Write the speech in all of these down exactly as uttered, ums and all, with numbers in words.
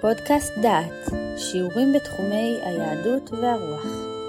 פודקאסט דעת, שיעורים בתחומי היהדות והרוח.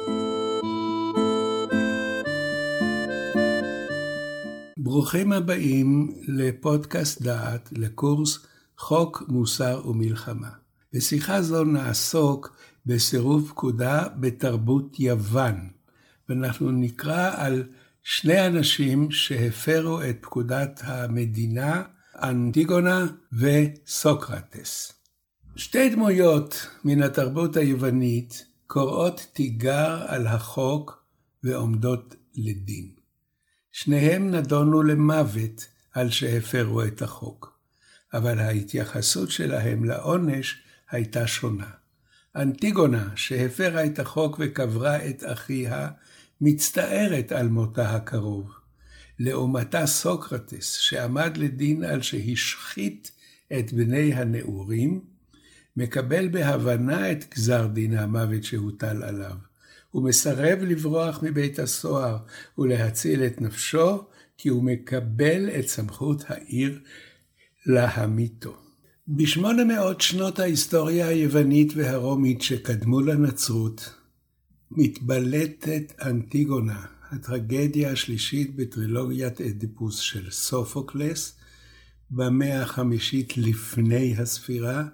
ברוכים הבאים לפודקאסט דעת, לקורס חוק, מוסר ומלחמה. בשיחה זו נעסוק בסירוב פקודה בתרבות יוון, ואנחנו נקרא על שני אנשים שהפרו את פקודת המדינה, אנטיגונה וסוקרטס. שתי דמויות מן התרבות היוונית קוראות תיגר על החוק ועומדות לדין. שניהם נדונו למוות על שהפרו את החוק, אבל ההתייחסות שלהם לעונש הייתה שונה. אנטיגונה, שהפרה את החוק וקברה את אחיה, מצטערת על מותה הקרוב. לעומתה סוקרטס, שעמד לדין על שהשחית את בני הנעורים, מקבל בהבנה את גזר דין המוות שהוטל עליו. הוא מסרב לברוח מבית הסוהר ולהציל את נפשו, כי הוא מקבל את סמכות העיר להמיתו. בשמונה מאות שנות ההיסטוריה היוונית והרומית שקדמו לנצרות, מתבלטת אנטיגונה, הטרגדיה השלישית בטרילוגיית אדיפוס של סופוקלס, במאה החמישית לפני הספירה,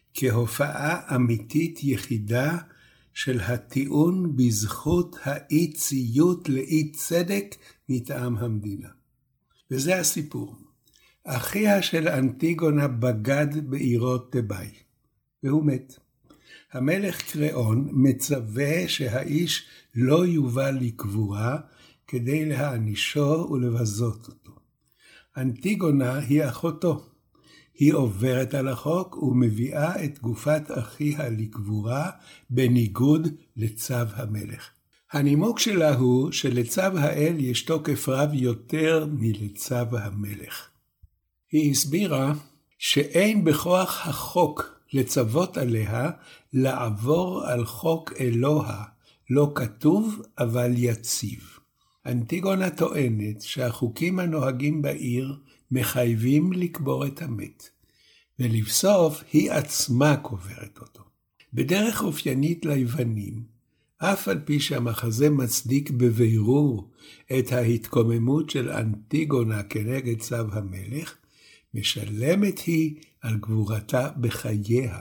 כהופעה אמיתית יחידה של הטיעון בזכות האי ציות לאי צדק מטעם המדינה. וזה הסיפור. אחיה של אנטיגונה בגד בעירו תיבאי, והוא מת. המלך קראון מצווה שהאיש לא יובא לקבורה כדי להענישו ולבזות אותו. אנטיגונה היא אחותו. היא עוברת על החוק ומביאה את גופת אחיה לקבורה בניגוד לצו המלך. הנימוק שלה הוא שלצו האל יש תוקף רב יותר מלצו המלך. היא הסבירה שאין בכוח החוק לצוות עליה לעבור על חוק אלוה, לא כתוב אבל יציב. אנטיגונה טוענת שהחוקים הנוהגים בעיר מחייבים לקבור את המת, ולבסוף היא עצמה קוברת אותו. בדרך אופיינית ליוונים, אף על פי שהמחזה מצדיק בבירור את ההתקוממות של אנטיגונה כנגד צו המלך, משלמת היא על גבורתה בחייה.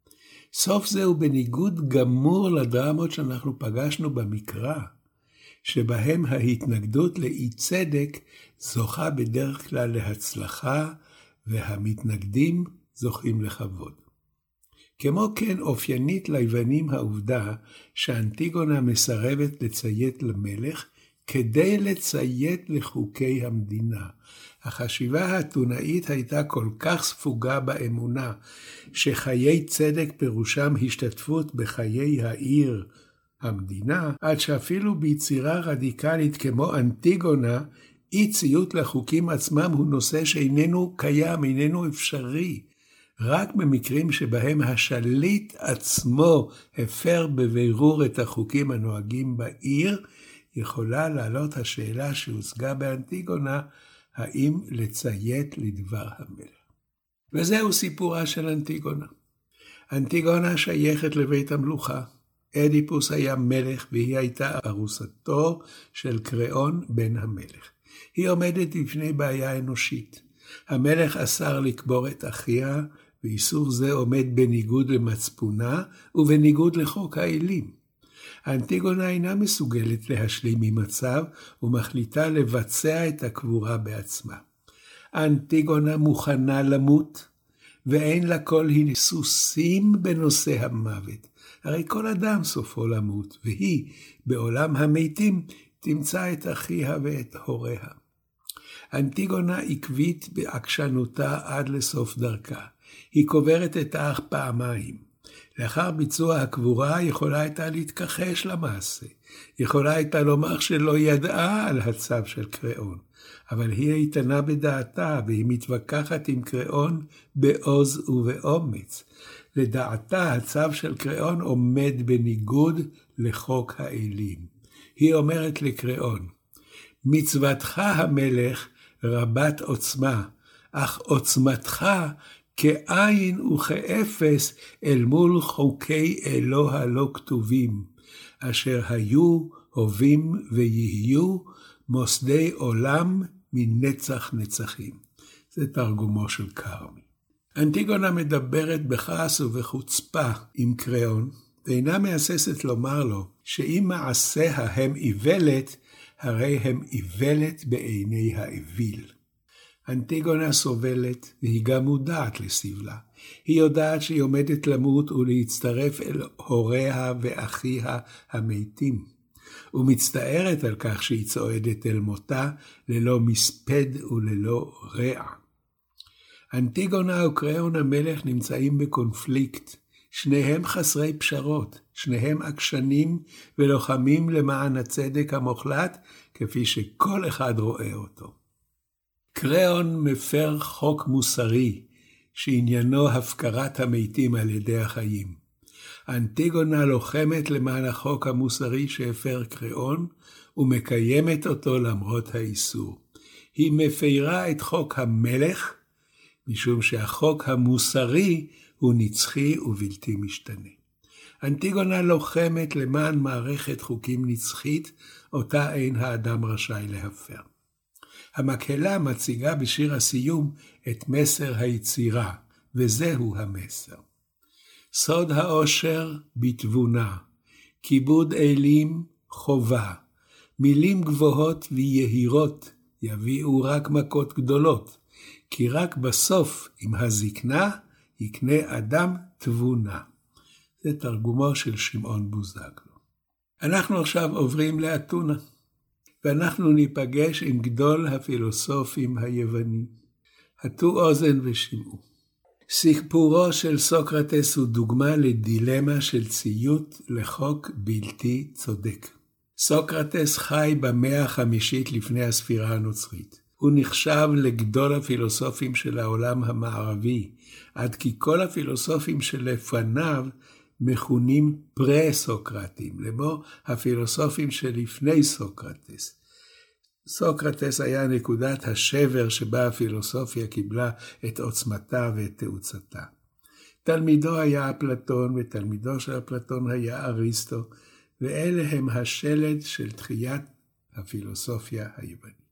סוף זהו בניגוד גמור לדרמות שאנחנו פגשנו במקרא, שבהם ההתנגדות לאי צדק זוכה בדרך כלל להצלחה, והמתנגדים זוכים לכבוד. כמו כן אופיינית ליוונים העובדה שאנטיגונה מסרבת לציית למלך כדי לציית לחוקי המדינה. החשיבה האתונאית הייתה כל כך ספוגה באמונה שחיי צדק פירושם השתתפות בחיי העיר, המדינה, עד שאפילו ביצירה רדיקלית כמו אנטיגונה, אי ציות לחוקים עצמם הוא נושא שאיננו קיים, איננו אפשרי. רק במקרים שבהם השליט עצמו הפר בבירור את החוקים הנוהגים בעיר, יכולה לעלות השאלה שהושגה באנטיגונה, האם לציית לדבר המלך. וזהו סיפורה של אנטיגונה. אנטיגונה שייכת לבית המלוכה. אדיפוס היה מלך והיא הייתה ארוסתו של קראון בן המלך. היא עומדת בפני בעיה אנושית. המלך אסר לקבור את אחיה, ואיסור זה עומד בניגוד למצפונה ובניגוד לחוק האלים. האנטיגונה אינה מסוגלת להשלים ממצב ומחליטה לבצע את הקבורה בעצמה. האנטיגונה מוכנה למות, ואין לה כל היסוסים בנושא המוות. הרי כל אדם סופו למות, והיא בעולם המתים תמצא את אחיה ואת הוריה. אנטיגונה עקבית בעקשנותה עד לסוף דרכה. היא קוברת את האח פעמיים. לאחר ביצוע הקבורה יכולה הייתה להתכחש למעשה. יכולה הייתה לומר שלא ידעה על הצו של קראון. אבל היא איתנה בדעתה והיא מתווכחת עם קראון בעוז ובאומץ. לדעתה הצו של קראון עומד בניגוד לחוק האלים. היא אומרת לקראון, מצוותך המלך רבת עוצמה, אך עוצמתך כאין וכאפס אל מול חוקי אלוה הלא כתובים, אשר היו, הווים ויהיו מוסדי עולם מנצח נצחים. זה תרגומו של כרמי. אנטיגונה מדברת בכעס ובחוצפה עם קריאון, ואינה מהססת לומר לו שאם מעשיה הם איוולת, הרי הם איוולת בעיני האוויל. אנטיגונה סובלת, והיא גם מודעת לסבלה. היא יודעת שהיא עומדת למות ולהצטרף אל הוריה ואחיה המתים, ומצטערת על כך שהיא צועדת אל מותה ללא מספד וללא רע. אנטיגונה וקריאון המלך נמצאים בקונפליקט, שניהם חסרי פשרות, שניהם עקשנים ולוחמים למען הצדק המוחלט, כפי שכל אחד רואה אותו. קריאון מפר חוק מוסרי, שעניינו הפקרת המתים על ידי החיים. אנטיגונה לוחמת למען החוק המוסרי שהפר קריאון, ומקיימת אותו למרות האיסור. היא מפירה את חוק המלך, משום שהחוק המוסרי הוא נצחי ובלתי משתנה. אנטיגונה לוחמת למען מערכת חוקים נצחית, אותה אין האדם רשאי להפר. המקהלה מציגה בשיר הסיום את מסר היצירה, וזהו המסר. סוד האושר בתבונה, כיבוד אלים חובה, מילים גבוהות ויהירות יביאו רק מכות גדולות, כי רק בסוף עם הזקנה יקנה אדם תבונה. זה תרגומו של שמעון בוזגלו. אנחנו עכשיו עוברים לאתונה, ואנחנו ניפגש עם גדול הפילוסופים היוונים. הטו אוזן ושמעו. סיפורו של סוקרטס הוא דוגמה לדילמה של ציות לחוק בלתי צודק. סוקרטס חי במאה החמישית לפני הספירה הנוצרית. הוא נחשב לגדול הפילוסופים של העולם המערבי, עד כי כל הפילוסופים שלפניו מכונים פרה-סוקרטים, למו הפילוסופים שלפני סוקרטס. סוקרטס היה נקודת השבר שבה הפילוסופיה קיבלה את עוצמתה ואת תאוצתה. תלמידו היה אפלטון, ותלמידו של אפלטון היה אריסטו, ואלה הם השלד של תחיית הפילוסופיה היוונית.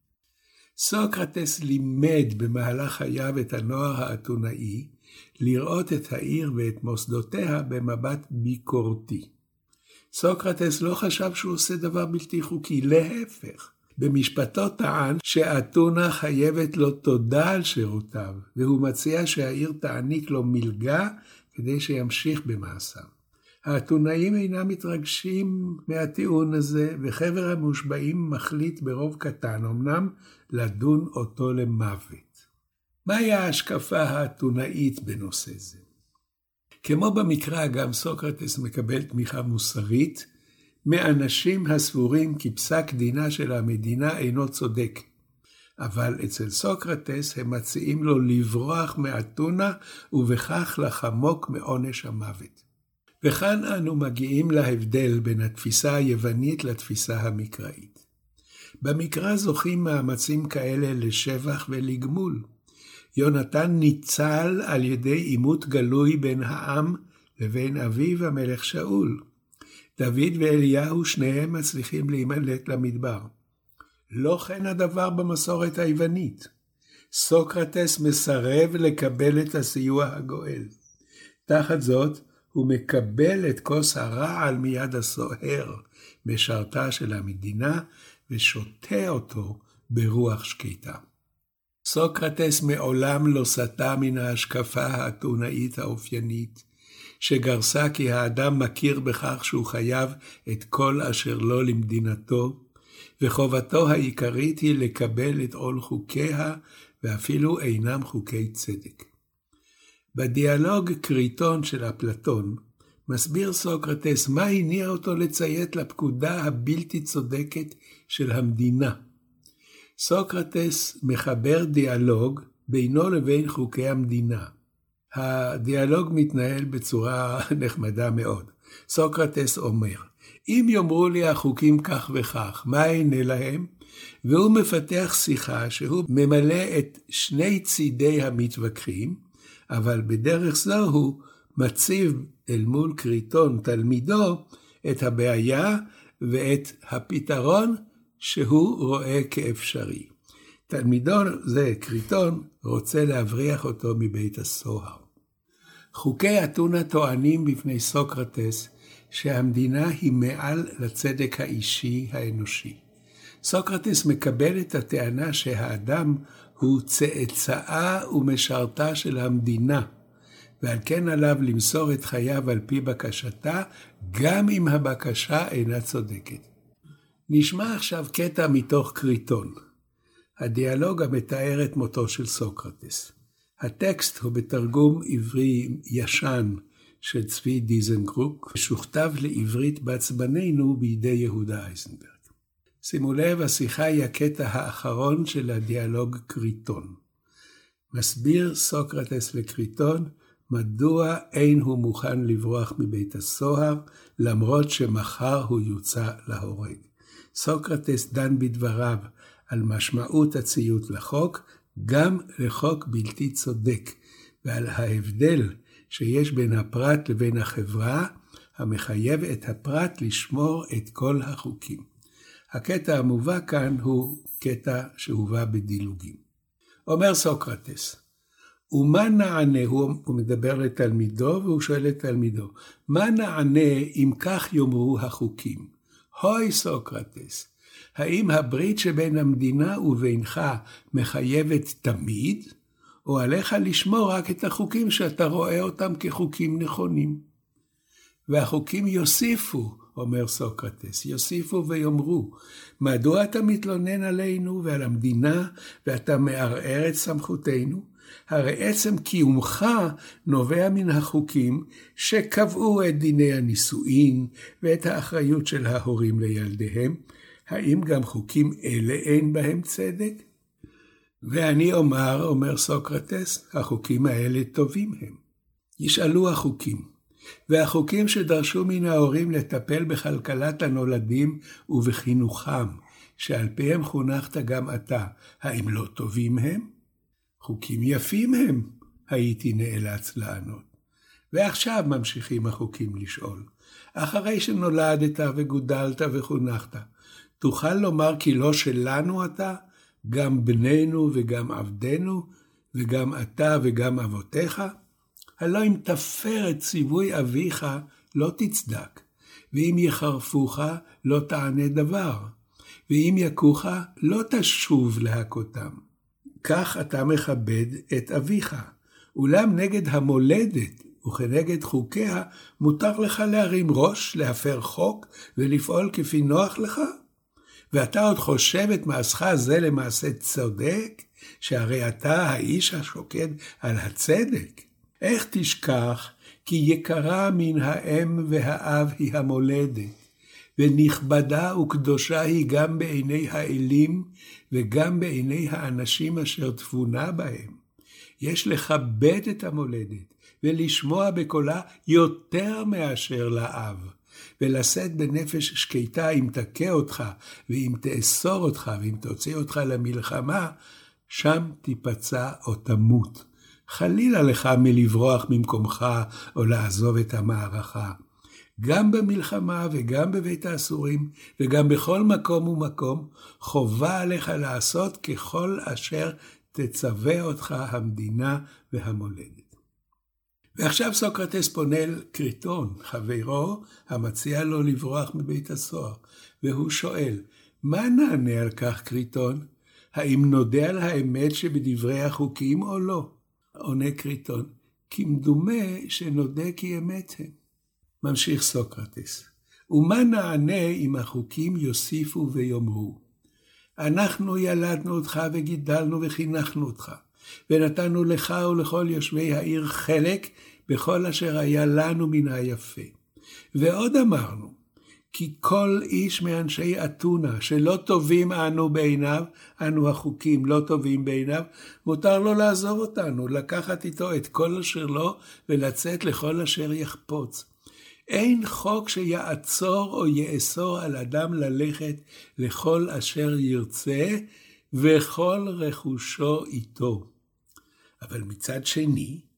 סוקרטס לימד במהלך חייו את הנוער האתונאי לראות את העיר ואת מוסדותיה במבט ביקורתי. סוקרטס לא חשב שהוא עושה דבר בלתי חוקי, להפך. במשפטו טען שאתונה חייבת לו תודה על שירותיו, והוא מציע שהעיר תעניק לו מלגה כדי שימשיך במעשיו. האתונאים אינם מתרגשים מהטיעון הזה, וחבר המושבעים מחליט ברוב קטן אמנם לדון אותו למוות. מהי ההשקפה האתונאית בנושא זה? כמו במקרא, גם סוקרטס מקבל תמיכה מוסרית מאנשים הסבורים כי פסק דינה של המדינה אינו צודק. אבל אצל סוקרטס הם מציעים לו לברוח מאתונה ובכך לחמוק מעונש המוות. וכאן אנו מגיעים להבדל בין התפיסה היוונית לתפיסה המקראית. במקרא זוכים מאמצים כאלה לשבח ולגמול. יונתן ניצל על ידי עימות גלוי בין העם לבין אביו המלך שאול. דוד ואליהו שניהם מצליחים להימלט למדבר. לא כן הדבר במסורת היוונית. סוקרטס מסרב לקבל את הסיוע הגואל. תחת זאת, הוא מקבל את כוס הרעל מיד הסוהר, משרתה של המדינה, ושותה אותו ברוח שקטה. סוקרטס מעולם לא סטה מן ההשקפה האתונאית האופיינית, שגרסה כי האדם מכיר בכך שהוא חייב את כל אשר לו למדינתו, וחובתו העיקרית היא לקבל את עול חוקיה, ואפילו אינם חוקי צדק. בדיאלוג קריטון של אפלטון, מסביר סוקרטס מה הניע אותו לציית לפקודה הבלתי צודקת של המדינה. סוקרטס מחבר דיאלוג בינו לבין חוקי המדינה. הדיאלוג מתנהל בצורה נחמדה מאוד. סוקרטס אומר, אם יאמרו לי החוקים כך וכך, מה הנה להם? והוא מפתח שיחה שהוא ממלא את שני צידי המתווכחים, אבל בדרך זו הוא מציב אל מול קריטון תלמידו את הבעיה ואת הפתרון שהוא רואה כאפשרי. תלמידו זה קריטון רוצה להבריח אותו מבית הסוהר. חוקי אתונה טוענים בפני סוקרטס שהמדינה היא מעל לצדק האישי האנושי. סוקרטס מקבל את הטענה שהאדם הוא צאצאה ומשרתה של המדינה, ועל כן עליו למסור את חייו על פי בקשתה, גם אם הבקשה אינה צודקת. נשמע עכשיו קטע מתוך קריטון, הדיאלוג המתאר את מותו של סוקרטס. הטקסט הוא בתרגום עברי ישן של צבי דיזנגרוק, שוכתב לעברית בעצבננו בידי יהודה אייזנברג. שימו לב, השיחה היא הקטע האחרון של הדיאלוג קריטון. מסביר סוקרטס לקריטון מדוע אין הוא מוכן לברוח מבית הסוהר, למרות שמחר הוא יוצא להורג. סוקרטס דן בדבריו על משמעות הציות לחוק, גם לחוק בלתי צודק, ועל ההבדל שיש בין הפרט לבין החברה, המחייב את הפרט לשמור את כל החוקים. הקטע המובא כאן הוא קטע שהובא בדילוגים. אומר סוקרטס, ומה נענה, הוא, הוא מדבר לתלמידו והוא שואל את תלמידו, מה נענה אם כך יאמרו החוקים? הוי סוקרטס, האם הברית שבין המדינה ובינך מחייבת תמיד, או עליך לשמור רק את החוקים שאתה רואה אותם כחוקים נכונים? והחוקים יוסיפו, אומר סוקרטס, יוסיפו ויאמרו, מדוע אתה מתלונן עלינו ועל המדינה, ואתה מערער את סמכותנו? הרי עצם קיומך נובע מן החוקים שקבעו את דיני הנישואין ואת האחריות של ההורים לילדיהם. האם גם חוקים אלה אין בהם צדק? ואני אומר, אומר סוקרטס, החוקים האלה טובים הם. ישאלו החוקים, והחוקים שדרשו מן ההורים לטפל בכלכלת הנולדים ובחינוכם, שעל פיהם חונכת גם אתה, האם לא טובים הם? חוקים יפים הם, הייתי נאלץ לענות. ועכשיו ממשיכים החוקים לשאול, אחרי שנולדת וגודלת וחונכת, תוכל לומר כי לא שלנו אתה, גם בנינו וגם עבדנו, וגם אתה וגם אבותיך? הלא אם תפר את ציווי אביך לא תצדק, ואם יחרפוך לא תענה דבר, ואם יכוך לא תשוב להכותם. כך אתה מכבד את אביך, אולם נגד המולדת וכנגד חוקיה מותר לך להרים ראש, להפר חוק ולפעול כפי נוח לך? ואתה עוד חושב את מעשך זה למעשה צודק, שהרי אתה האיש השוקד על הצדק. איך תשכח כי יקרה מן האם והאב היא המולדת, ונכבדה וקדושה היא גם בעיני האלים וגם בעיני האנשים אשר תבונה בהם. יש לכבד את המולדת ולשמוע בקולה יותר מאשר לאב, ולשאת בנפש שקטה אם תכה אותך ואם תאסור אותך ואם תוציא אותך למלחמה, שם תיפצע או תמות. חלילה לך מלברוח ממקומך או לעזוב את המערכה. גם במלחמה וגם בבית האסורים וגם בכל מקום ומקום, חובה עליך לעשות ככל אשר תצווה אותך המדינה והמולדת. ועכשיו סוקרטס פונה אל קריטון, חברו, המציע לו לברוח מבית הסוהר, והוא שואל, מה נענה על כך קריטון? האם נודה על האמת שבדברי החוקים או לא? עונה קריטון, כמדומה שנודה כי אמת הם. ממשיך סוקרטס, ומה נענה אם החוקים יוסיפו ויאמרו? אנחנו ילדנו אותך וגידלנו וחינכנו אותך, ונתנו לך ולכל יושבי העיר חלק בכל אשר היה לנו מן היפה. ועוד אמרנו, כי כל איש מאנשי אתונה שלא טובים אנו בעיניו, אנו החוקים לא טובים בעיניו, מותר לו לעזוב אותנו, לקחת איתו את כל אשר לו ולצאת לכל אשר יחפוץ. אין חוק שיעצור או יאסור על אדם ללכת לכל אשר ירצה וכל רכושו איתו. אבל מצד שני,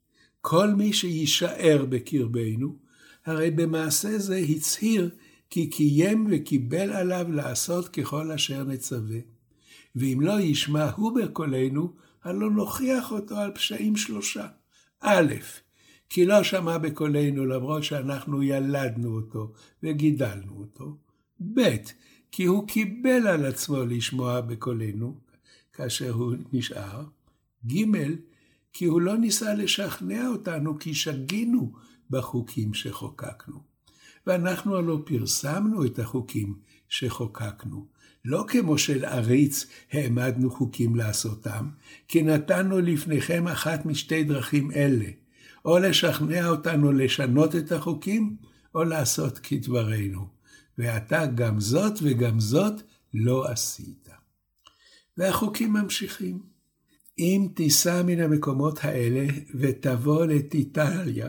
כל מי שישאר בקרבנו, הרי במעשה זה הצהיר כי קיים וקיבל עליו לעשות ככל אשר נצווה. ואם לא ישמע הוא בקולנו, הלא נוכיח אותו על פשעים שלושה. א', כי לא שמע בקולנו למרות שאנחנו ילדנו אותו וגידלנו אותו. ב', כי הוא קיבל על עצמו לשמוע בקולנו כאשר הוא נשאר. ג', כי הוא לא ניסה לשכנע אותנו כי שגינו בחוקים שחוקקנו. ואנחנו הלא פרסמנו את החוקים שחוקקנו. לא כמו של עריץ העמדנו חוקים לעשותם, כי נתנו לפניכם אחת משתי דרכים אלה, או לשכנע אותנו לשנות את החוקים, או לעשות כדברנו. ואתה גם זאת וגם זאת לא עשית. והחוקים ממשיכים. אם תיסע מן המקומות האלה ותבוא לטיטליה,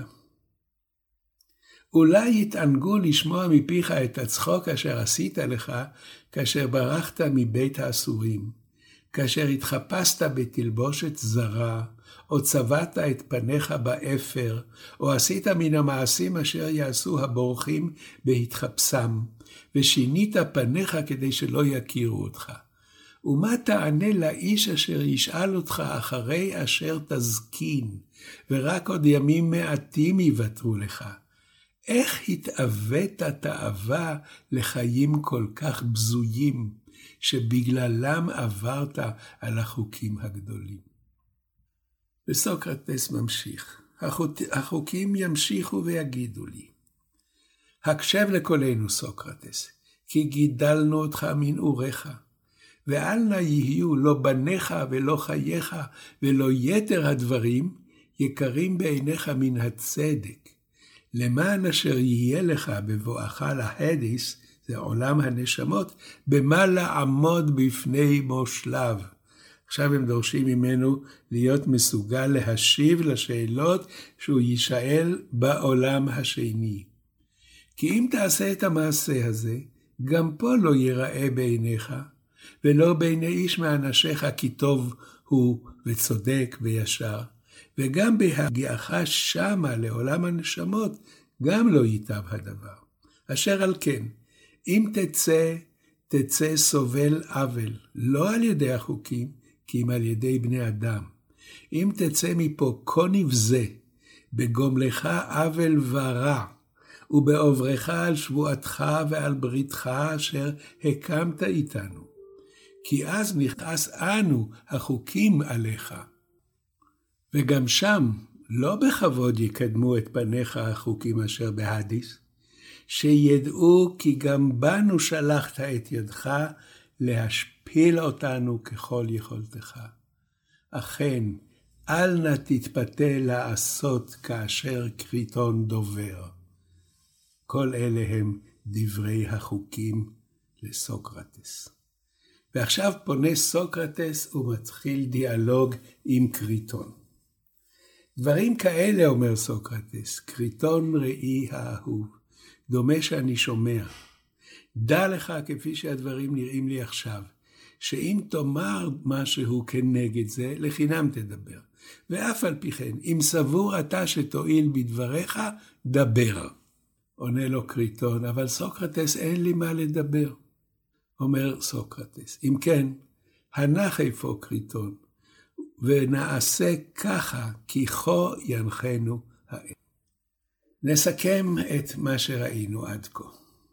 אולי יתענגו לשמוע מפיך את הצחוק אשר עשית לך, כאשר ברחת מבית האסורים, כאשר התחפשת בתלבושת זרה, או צבעת את פניך באפר, או עשית מן המעשים אשר יעשו הבורחים בהתחפשם, ושינית פניך כדי שלא יכירו אותך. ומה תענה לאיש אשר ישאל אותך אחרי אשר תזקין, ורק עוד ימים מעטים יוותרו לך? איך התאווית תאווה לחיים כל כך בזויים, שבגללם עברת על החוקים הגדולים? וסוקרטס ממשיך, החוקים ימשיכו ויגידו לי, הקשב לקולנו סוקרטס, כי גידלנו אותך מנעוריך, ואל נא יהיו לא בניך ולא חייך ולא יתר הדברים יקרים בעיניך מן הצדק, למען אשר יהיה לך בבואך להדיס, זה עולם הנשמות, במה לעמוד בפני מושלב. עכשיו הם דורשים ממנו להיות מסוגל להשיב לשאלות שהוא יישאל בעולם השני. כי אם תעשה את המעשה הזה, גם פה לא ייראה בעיניך, ולא בעיני איש מאנשיך כי טוב הוא וצודק וישר. וגם בהגיעך שמה לעולם הנשמות, גם לא ייטב הדבר. אשר על כן, אם תצא, תצא סובל עוול, לא על ידי החוקים, כי אם על ידי בני אדם. אם תצא מפה כה נבזה, בגומלך עוול ורע, ובעוברך על שבועתך ועל בריתך אשר הקמת איתנו. כי אז נכעס אנו החוקים עליך. וגם שם לא בכבוד יקדמו את פניך החוקים אשר בהדיס, שידעו כי גם בנו שלחת את ידך להשפיל אותנו ככל יכולתך. אכן, אל נא תתפתה לעשות כאשר קריטון דובר. כל אלה הם דברי החוקים לסוקרטס. ועכשיו פונה סוקרטס ומתחיל דיאלוג עם קריטון. דברים כאלה, אומר סוקרטס, קריטון ראי האהוב, דומה שאני שומע. דע לך, כפי שהדברים נראים לי עכשיו, שאם תאמר משהו כנגד זה, לחינם תדבר. ואף על פי כן, אם סבור אתה שתועיל בדבריך, דבר. עונה לו קריטון, אבל סוקרטס אין לי מה לדבר. אומר סוקרטס, אם כן, הנח איפה קריטון, ונעשה ככה, כי כה ינחנו האל. נסכם את מה שראינו עד כה.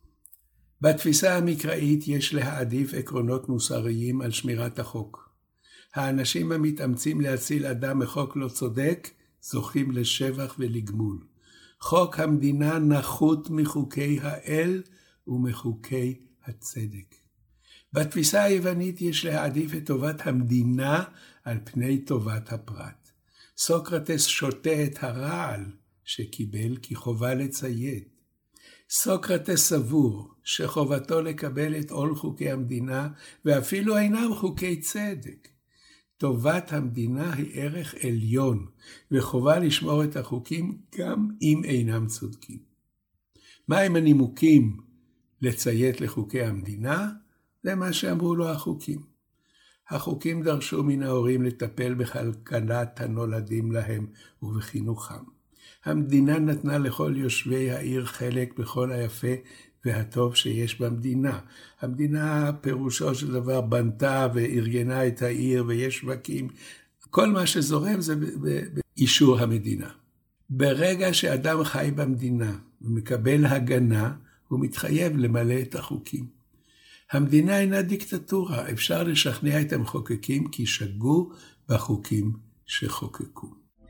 בתפיסה המקראית יש להעדיף עקרונות מוסריים על שמירת החוק. האנשים המתאמצים להציל אדם מחוק לא צודק, זוכים לשבח ולגמול. חוק המדינה נחות מחוקי האל ומחוקי הצדק. בתפיסה היוונית יש להעדיף את טובת המדינה על פני טובת הפרט. סוקרטס שותה את הרעל שקיבל כי חובה לציית. סוקרטס סבור שחובתו לקבל את עול חוקי המדינה ואפילו אינם חוקי צדק. טובת המדינה היא ערך עליון וחובה לשמור את החוקים גם אם אינם צודקים. מהם הנימוקים לציית לחוקי המדינה? זה מה שאמרו לו החוקים. החוקים דרשו מן ההורים לטפל בכלכלת הנולדים להם ובחינוכם. המדינה נתנה לכל יושבי העיר חלק בכל היפה והטוב שיש במדינה. המדינה פירושו של דבר בנתה וארגנה את העיר ויש שווקים. כל מה שזורם זה באישור המדינה. ברגע שאדם חי במדינה ומקבל הגנה, הוא מתחייב למלא את החוקים. המדינה אינה דיקטטורה, אפשר לשכנע את המחוקקים כי שגו בחוקים שחוקקו.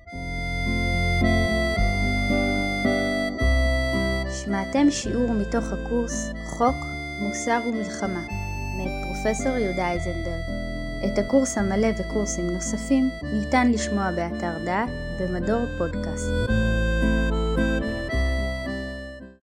שמעתם שיעור מתוך הקורס חוק, מוסר ומלחמה, מאת פרופסור יהודה אייזנברג. את הקורס המלא וקורסים נוספים ניתן לשמוע באתר דעת במדור פודקאסט.